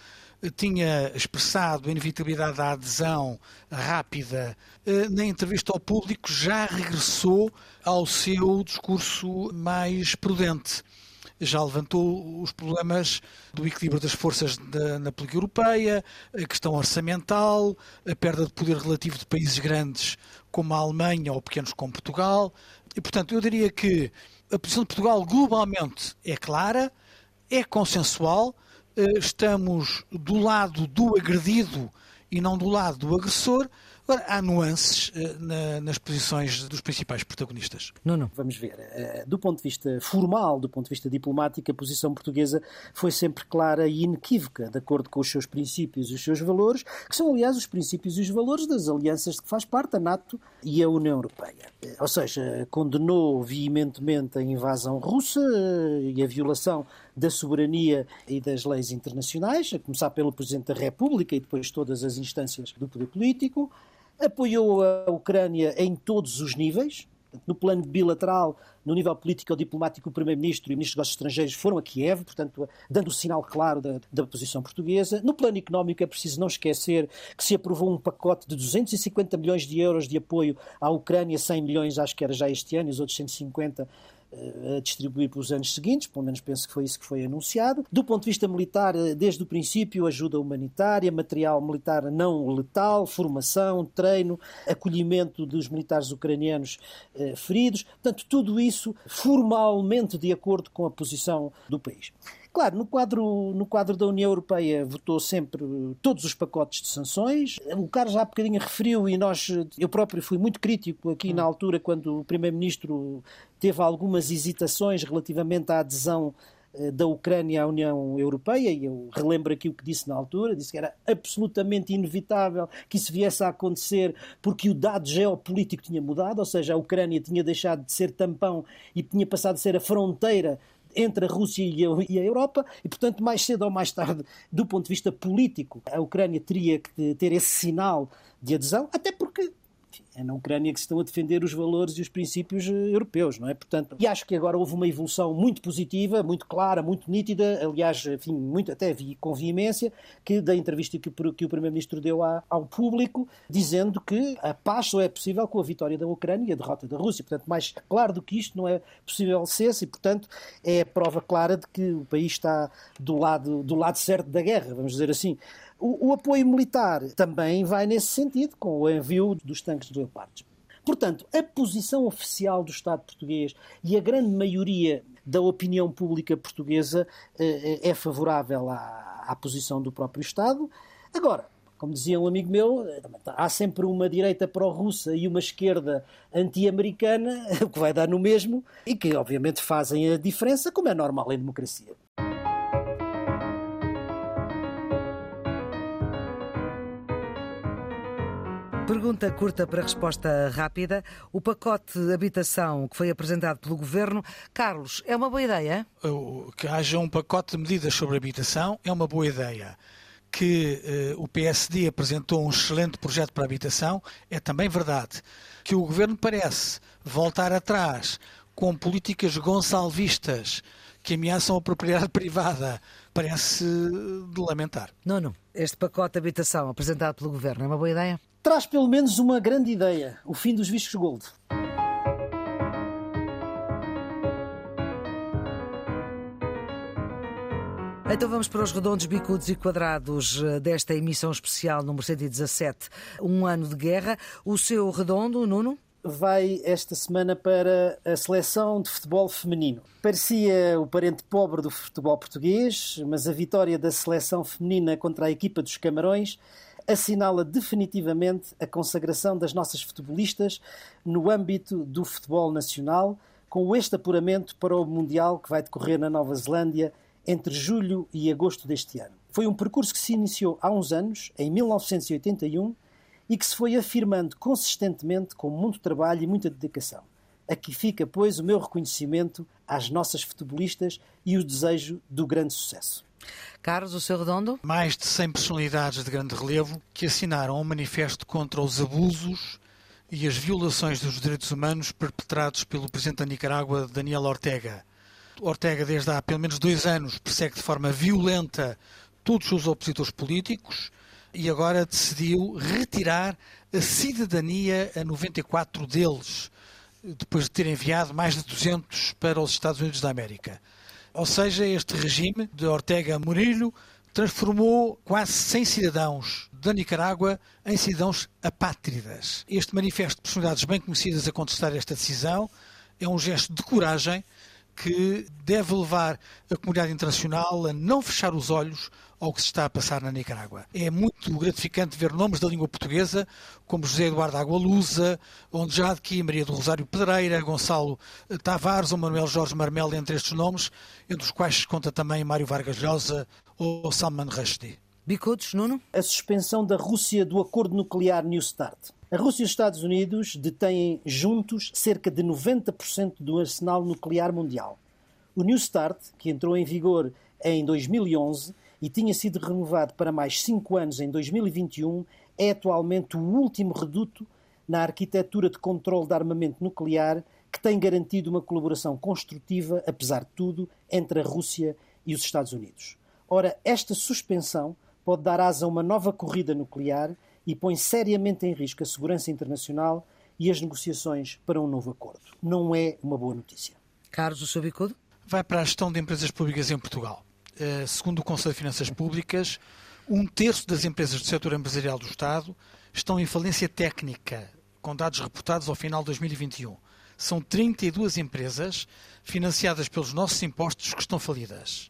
tinha expressado a inevitabilidade da adesão rápida. Na entrevista ao Público já regressou ao seu discurso mais prudente. Já levantou os problemas do equilíbrio das forças na política europeia, a questão orçamental, a perda de poder relativo de países grandes como a Alemanha ou pequenos como Portugal. E, portanto, eu diria que a posição de Portugal globalmente é clara, é consensual, estamos do lado do agredido e não do lado do agressor. Agora, há nuances nas posições dos principais protagonistas. Não. Vamos ver. Do ponto de vista formal, do ponto de vista diplomático, a posição portuguesa foi sempre clara e inequívoca, de acordo com os seus princípios e os seus valores, que são, aliás, os princípios e os valores das alianças de que faz parte a NATO e a União Europeia. Ou seja, condenou veementemente a invasão russa e a violação da soberania e das leis internacionais, a começar pelo Presidente da República e depois todas as instâncias do poder político. Apoiou a Ucrânia em todos os níveis. No plano bilateral, no nível político ou diplomático, o Primeiro-Ministro e o Ministro dos Negócios Estrangeiros foram a Kiev, portanto, dando o sinal claro da posição portuguesa. No plano económico, é preciso não esquecer que se aprovou um pacote de 250 milhões de euros de apoio à Ucrânia, 100 milhões acho que era já este ano, e os outros 150 a distribuir para os anos seguintes, pelo menos penso que foi isso que foi anunciado. Do ponto de vista militar, desde o princípio, ajuda humanitária, material militar não letal, formação, treino, acolhimento dos militares ucranianos feridos. Portanto, tudo isso formalmente de acordo com a posição do país. Claro, no quadro da União Europeia votou sempre todos os pacotes de sanções. O Carlos já há bocadinho referiu e eu próprio fui muito crítico aqui na altura quando o Primeiro-Ministro teve algumas hesitações relativamente à adesão da Ucrânia à União Europeia, e eu relembro aqui o que disse na altura, disse que era absolutamente inevitável que isso viesse a acontecer porque o dado geopolítico tinha mudado, ou seja, a Ucrânia tinha deixado de ser tampão e tinha passado a ser a fronteira entre a Rússia e a Europa, e portanto mais cedo ou mais tarde, do ponto de vista político, a Ucrânia teria que ter esse sinal de adesão, até porque é na Ucrânia que se estão a defender os valores e os princípios europeus, não é? Portanto, e acho que agora houve uma evolução muito positiva, muito clara, muito nítida, aliás, enfim, muito até com veemência, da entrevista que o Primeiro-Ministro deu ao público, dizendo que a paz só é possível com a vitória da Ucrânia e a derrota da Rússia. Portanto, mais claro do que isto não é possível ser-se, e, portanto, é a prova clara de que o país está do lado certo da guerra, vamos dizer assim. O apoio militar também vai nesse sentido, com o envio dos tanques de Leopards. Portanto, a posição oficial do Estado português e a grande maioria da opinião pública portuguesa é favorável à posição do próprio Estado. Agora, como dizia um amigo meu, há sempre uma direita pró-russa e uma esquerda anti-americana, o que vai dar no mesmo, e que obviamente fazem a diferença, como é normal em democracia. Pergunta curta para resposta rápida. O pacote de habitação que foi apresentado pelo Governo, Carlos, é uma boa ideia? Que haja um pacote de medidas sobre habitação é uma boa ideia. Que o PSD apresentou um excelente projeto para a habitação é também verdade. Que o Governo parece voltar atrás com políticas gonçalvistas que ameaçam a propriedade privada parece de lamentar. Nuno, este pacote de habitação apresentado pelo Governo é uma boa ideia? Traz pelo menos uma grande ideia, o fim dos vistos gold. Então vamos para os redondos, bicudos e quadrados desta emissão especial número 117, um ano de guerra. O seu redondo, Nuno? Vai esta semana para a seleção de futebol feminino. Parecia o parente pobre do futebol português, mas a vitória da seleção feminina contra a equipa dos Camarões assinala definitivamente a consagração das nossas futebolistas no âmbito do futebol nacional, com este apuramento para o Mundial que vai decorrer na Nova Zelândia entre julho e agosto deste ano. Foi um percurso que se iniciou há uns anos, em 1981, e que se foi afirmando consistentemente com muito trabalho e muita dedicação. Aqui fica, pois, o meu reconhecimento às nossas futebolistas e o desejo do grande sucesso. Carlos, o seu redondo? Mais de 100 personalidades de grande relevo que assinaram um manifesto contra os abusos e as violações dos direitos humanos perpetrados pelo presidente da Nicarágua, Daniel Ortega. Ortega, desde há pelo menos 2 anos, persegue de forma violenta todos os opositores políticos e agora decidiu retirar a cidadania a 94 deles, depois de ter enviado mais de 200 para os Estados Unidos da América. Ou seja, este regime de Ortega Murillo transformou quase 100 cidadãos da Nicarágua em cidadãos apátridas. Este manifesto de personalidades bem conhecidas a contestar esta decisão é um gesto de coragem que deve levar a comunidade internacional a não fechar os olhos ao que se está a passar na Nicarágua. É muito gratificante ver nomes da língua portuguesa, como José Eduardo Agualusa, Ondjadki, Maria do Rosário Pedreira, Gonçalo Tavares ou Manuel Jorge Marmel, entre estes nomes, entre os quais se conta também Mário Vargas Llosa ou Salman Rushdie. Bicudos, Nuno? A suspensão da Rússia do acordo nuclear New START. A Rússia e os Estados Unidos detêm juntos cerca de 90% do arsenal nuclear mundial. O New START, que entrou em vigor em 2011 e tinha sido renovado para mais 5 anos em 2021, é atualmente o último reduto na arquitetura de controle de armamento nuclear que tem garantido uma colaboração construtiva, apesar de tudo, entre a Rússia e os Estados Unidos. Ora, esta suspensão pode dar asa a uma nova corrida nuclear e põe seriamente em risco a segurança internacional e as negociações para um novo acordo. Não é uma boa notícia. Carlos, o seu bicudo? Vai para a gestão de empresas públicas em Portugal. Segundo o Conselho de Finanças Públicas, 1/3 das empresas do setor empresarial do Estado estão em falência técnica, com dados reportados ao final de 2021. São 32 empresas financiadas pelos nossos impostos que estão falidas.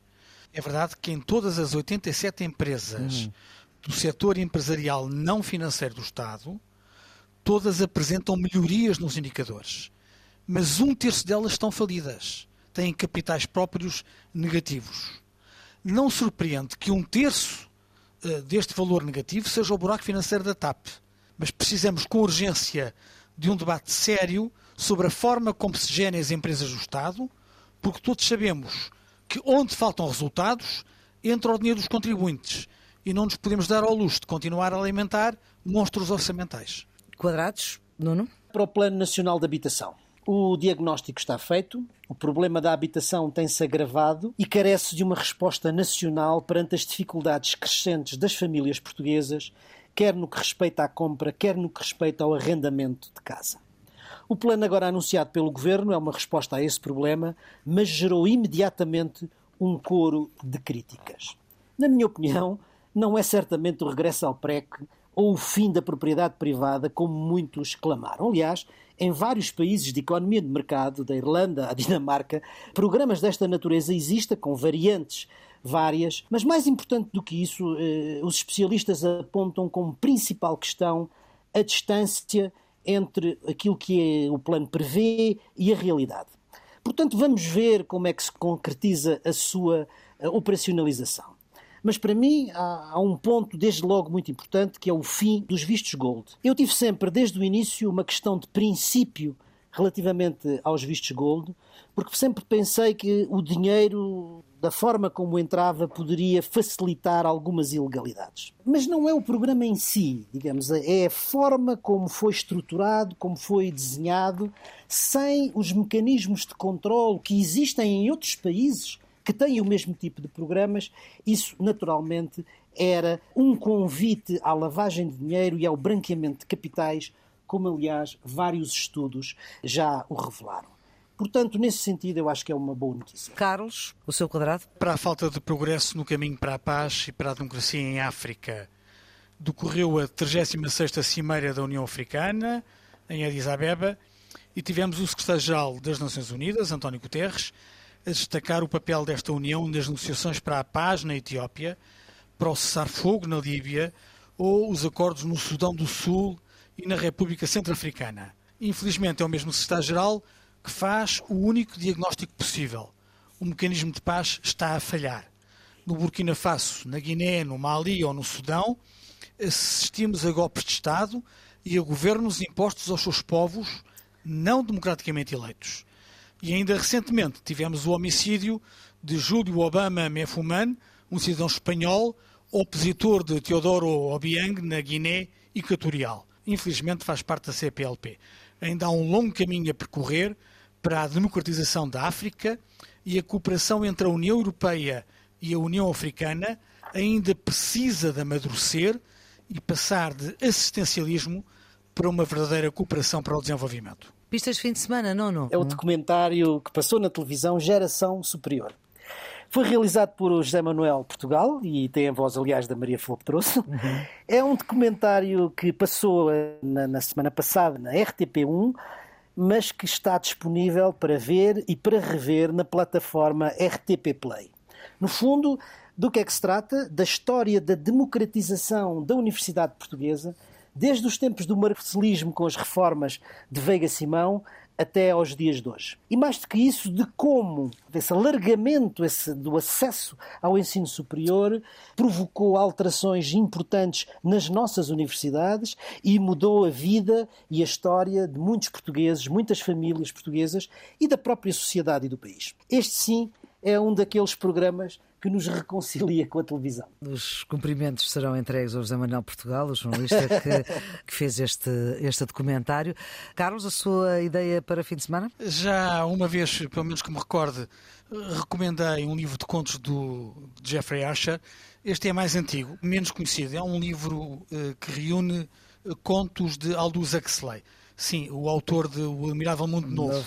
É verdade que em todas as 87 empresas do setor empresarial não financeiro do Estado, todas apresentam melhorias nos indicadores. Mas 1/3 delas estão falidas. Têm capitais próprios negativos. Não surpreende que 1/3 deste valor negativo seja o buraco financeiro da TAP. Mas precisamos com urgência de um debate sério sobre a forma como se gerem as empresas do Estado, porque todos sabemos que onde faltam resultados entra o dinheiro dos contribuintes e não nos podemos dar ao luxo de continuar a alimentar monstros orçamentais. Quadrados, Nuno? Para o Plano Nacional de Habitação. O diagnóstico está feito, o problema da habitação tem-se agravado e carece de uma resposta nacional perante as dificuldades crescentes das famílias portuguesas, quer no que respeita à compra, quer no que respeita ao arrendamento de casa. O plano agora anunciado pelo Governo é uma resposta a esse problema, mas gerou imediatamente um coro de críticas. Na minha opinião, não é certamente o regresso ao PREC ou o fim da propriedade privada, como muitos clamaram. Aliás, em vários países de economia de mercado, da Irlanda à Dinamarca, programas desta natureza existem, com variantes várias, mas mais importante do que isso, os especialistas apontam como principal questão a distância entre aquilo que o plano prevê e a realidade. Portanto, vamos ver como é que se concretiza a sua operacionalização. Mas para mim há um ponto desde logo muito importante, que é o fim dos vistos gold. Eu tive sempre desde o início uma questão de princípio relativamente aos vistos gold, porque sempre pensei que o dinheiro, da forma como entrava, poderia facilitar algumas ilegalidades. Mas não é o programa em si, digamos, é a forma como foi estruturado, como foi desenhado, sem os mecanismos de controle que existem em outros países que têm o mesmo tipo de programas. Isso, naturalmente, era um convite à lavagem de dinheiro e ao branqueamento de capitais, como, aliás, vários estudos já o revelaram. Portanto, nesse sentido, eu acho que é uma boa notícia. Carlos, o seu quadrado? Para a falta de progresso no caminho para a paz e para a democracia em África, decorreu a 36ª Cimeira da União Africana, em Addis Abeba, e tivemos o secretário-geral das Nações Unidas, António Guterres, a destacar o papel desta União nas negociações para a paz na Etiópia, para o cessar-fogo na Líbia ou os acordos no Sudão do Sul e na República Centro-Africana. Infelizmente é o mesmo secretário-geral que faz o único diagnóstico possível. O mecanismo de paz está a falhar. No Burkina Faso, na Guiné, no Mali ou no Sudão, assistimos a golpes de Estado e a governos impostos aos seus povos não democraticamente eleitos. E ainda recentemente tivemos o homicídio de Júlio Obama Mefuman, um cidadão espanhol, opositor de Teodoro Obiang na Guiné Equatorial. Infelizmente faz parte da CPLP. Ainda há um longo caminho a percorrer para a democratização da África e a cooperação entre a União Europeia e a União Africana ainda precisa de amadurecer e passar de assistencialismo para uma verdadeira cooperação para o desenvolvimento. Pistas de fim de semana, Nuno? É o documentário que passou na televisão Geração Superior. Foi realizado por José Manuel Portugal e tem a voz, aliás, da Maria Flor Petrosso. É um documentário que passou na semana passada na RTP1, mas que está disponível para ver e para rever na plataforma RTP Play. No fundo, do que é que se trata? Da história da democratização da Universidade Portuguesa, desde os tempos do marcelismo com as reformas de Veiga Simão até aos dias de hoje. E mais do que isso, de como esse alargamento do acesso ao ensino superior provocou alterações importantes nas nossas universidades e mudou a vida e a história de muitos portugueses, muitas famílias portuguesas e da própria sociedade e do país. Este, sim, é um daqueles programas que nos reconcilia com a televisão. Os cumprimentos serão entregues ao José Manuel Portugal, o jornalista que fez este documentário. Carlos, a sua ideia para fim de semana? Já uma vez, pelo menos que me recorde, recomendei um livro de contos de Jeffrey Archer. Este é mais antigo, menos conhecido. É um livro que reúne contos de Aldous Huxley. Sim, o autor de O Admirável Mundo Novo.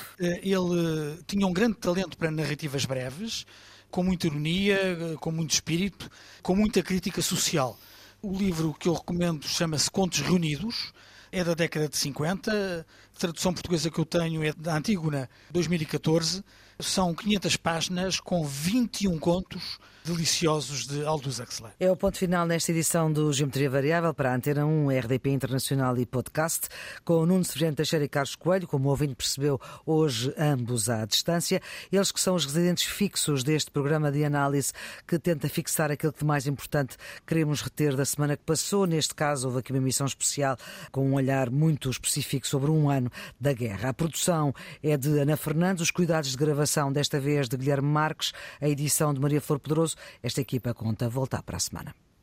Ele tinha um grande talento para narrativas breves, com muita ironia, com muito espírito, com muita crítica social. O livro que eu recomendo chama-se Contos Reunidos, é da década de 50, A tradução portuguesa que eu tenho é da Antígona 2014. São 500 páginas com 21 contos deliciosos de Aldous Huxley. É o ponto final nesta edição do Geometria Variável para a Antena 1, RDP Internacional e Podcast, com Nuno Severino Teixeira e Carlos Coelho, como o ouvinte percebeu, hoje ambos à distância. Eles que são os residentes fixos deste programa de análise que tenta fixar aquilo que de mais importante queremos reter da semana que passou. Neste caso, houve aqui uma emissão especial com um olhar muito específico sobre um ano da guerra. A produção é de Ana Fernandes, os cuidados de gravação desta vez de Guilherme Marques, a edição de Maria Flor Pedroso. Esta equipa conta voltar para a semana.